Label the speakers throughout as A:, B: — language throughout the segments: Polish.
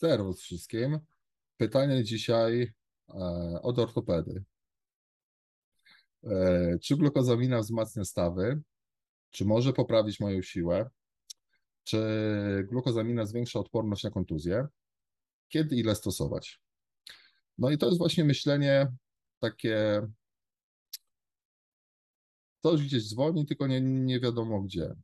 A: Serwus wszystkim. Pytanie dzisiaj od ortopedy. Czy glukozamina wzmacnia stawy? Czy może poprawić moją siłę? Czy glukozamina zwiększa odporność na kontuzję? Kiedy, ile stosować? No i to jest właśnie myślenie takie, coś gdzieś dzwoni, tylko nie wiadomo gdzie.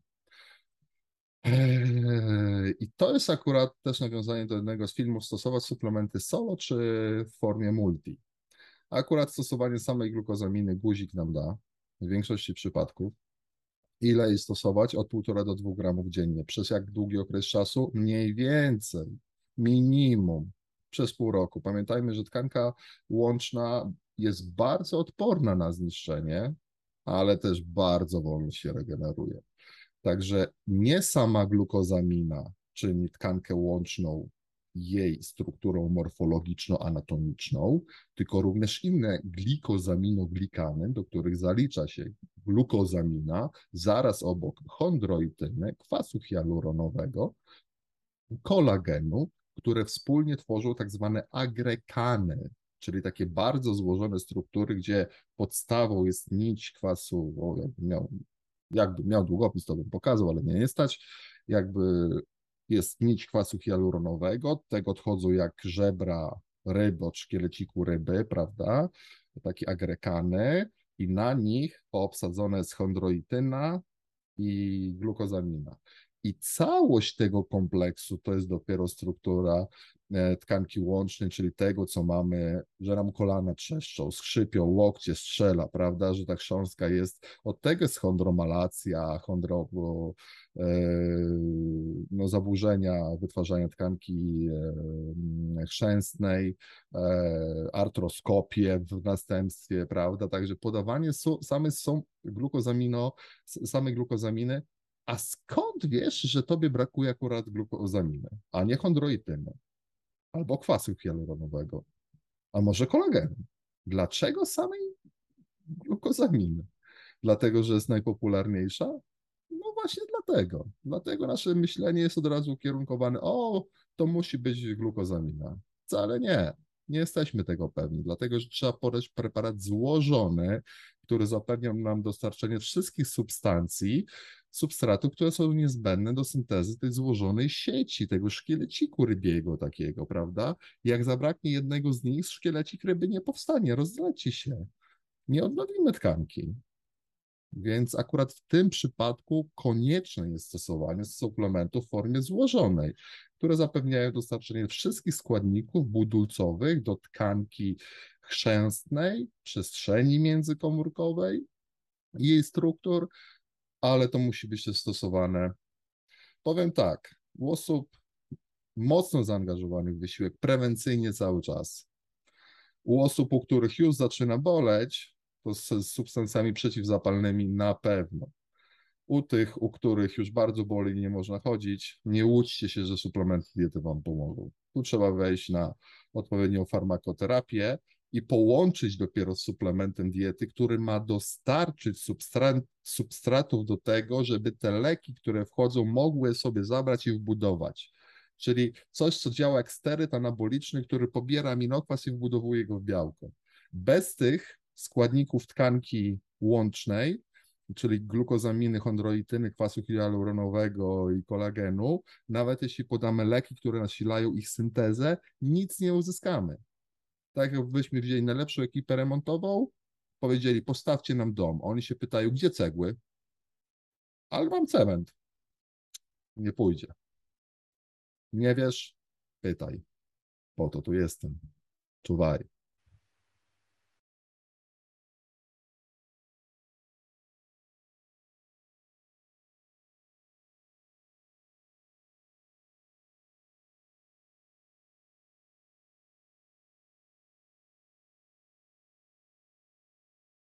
A: I to jest akurat też nawiązanie do jednego z filmów, stosować suplementy solo czy w formie multi. Akurat stosowanie samej glukozaminy guzik nam da w większości przypadków. Ile jej stosować? Od 1,5 do 2 gramów dziennie. Przez jak długi okres czasu? Mniej więcej, minimum przez pół roku. Pamiętajmy, że tkanka łączna jest bardzo odporna na zniszczenie, ale też bardzo wolno się regeneruje. Także nie sama glukozamina czyni tkankę łączną jej strukturą morfologiczno-anatomiczną, tylko również inne glikozaminoglikany, do których zalicza się glukozamina, zaraz obok chondroityny, kwasu hialuronowego, kolagenu, które wspólnie tworzą tak zwane agrekany, czyli takie bardzo złożone struktury, gdzie podstawą jest nić kwasu, jakby miał długopis, to bym pokazał, ale nie stać. Jakby jest nić kwasu hialuronowego, od tego odchodzą jak żebra ryby od szkieleciku ryby, prawda? Takie agrekany i na nich poobsadzone jest chondroityna i glukozamina. I całość tego kompleksu to jest dopiero struktura tkanki łącznej, czyli tego, co mamy, że nam kolana trzeszczą, skrzypią, łokcie strzela, prawda, że ta chrząstka jest, od tego jest chondromalacja, e, no, zaburzenia wytwarzania tkanki chrzęstnej, artroskopie w następstwie, prawda, także podawanie samej glukozaminy. A skąd wiesz, że tobie brakuje akurat glukozaminy, a nie chondroityny, albo kwasu hialuronowego, a może kolagenu? Dlaczego samej glukozaminy? Dlatego, że jest najpopularniejsza? No właśnie dlatego. Dlatego nasze myślenie jest od razu ukierunkowane, o, to musi być glukozamina. Wcale nie. Nie jesteśmy tego pewni, dlatego że trzeba podać preparat złożony, który zapewnia nam dostarczenie wszystkich substratów, które są niezbędne do syntezy tej złożonej sieci, tego szkieleciku rybiego takiego, prawda? Jak zabraknie jednego z nich, szkielecik ryby nie powstanie, rozleci się. Nie odnowimy tkanki. Więc akurat w tym przypadku konieczne jest stosowanie suplementów w formie złożonej, które zapewniają dostarczenie wszystkich składników budulcowych do tkanki chrzęstnej, przestrzeni międzykomórkowej i jej struktur, ale to musi być też stosowane, powiem tak, u osób mocno zaangażowanych w wysiłek prewencyjnie cały czas. U osób, u których już zaczyna boleć, to z substancjami przeciwzapalnymi na pewno. U tych, u których już bardzo boli i nie można chodzić, nie łudźcie się, że suplementy diety wam pomogą. Tu trzeba wejść na odpowiednią farmakoterapię i połączyć dopiero z suplementem diety, który ma dostarczyć substratów do tego, żeby te leki, które wchodzą, mogły sobie zabrać i wbudować. Czyli coś, co działa jak steryt anaboliczny, który pobiera aminokwas i wbudowuje go w białko. Bez tych składników tkanki łącznej, czyli glukozaminy, chondroityny, kwasu hialuronowego i kolagenu, nawet jeśli podamy leki, które nasilają ich syntezę, nic nie uzyskamy. Tak jakbyśmy wzięli najlepszą ekipę remontową, powiedzieli, postawcie nam dom. Oni się pytają, gdzie cegły? Ale mam cement. Nie pójdzie. Nie wiesz? Pytaj. Po to tu jestem. Czuwaj.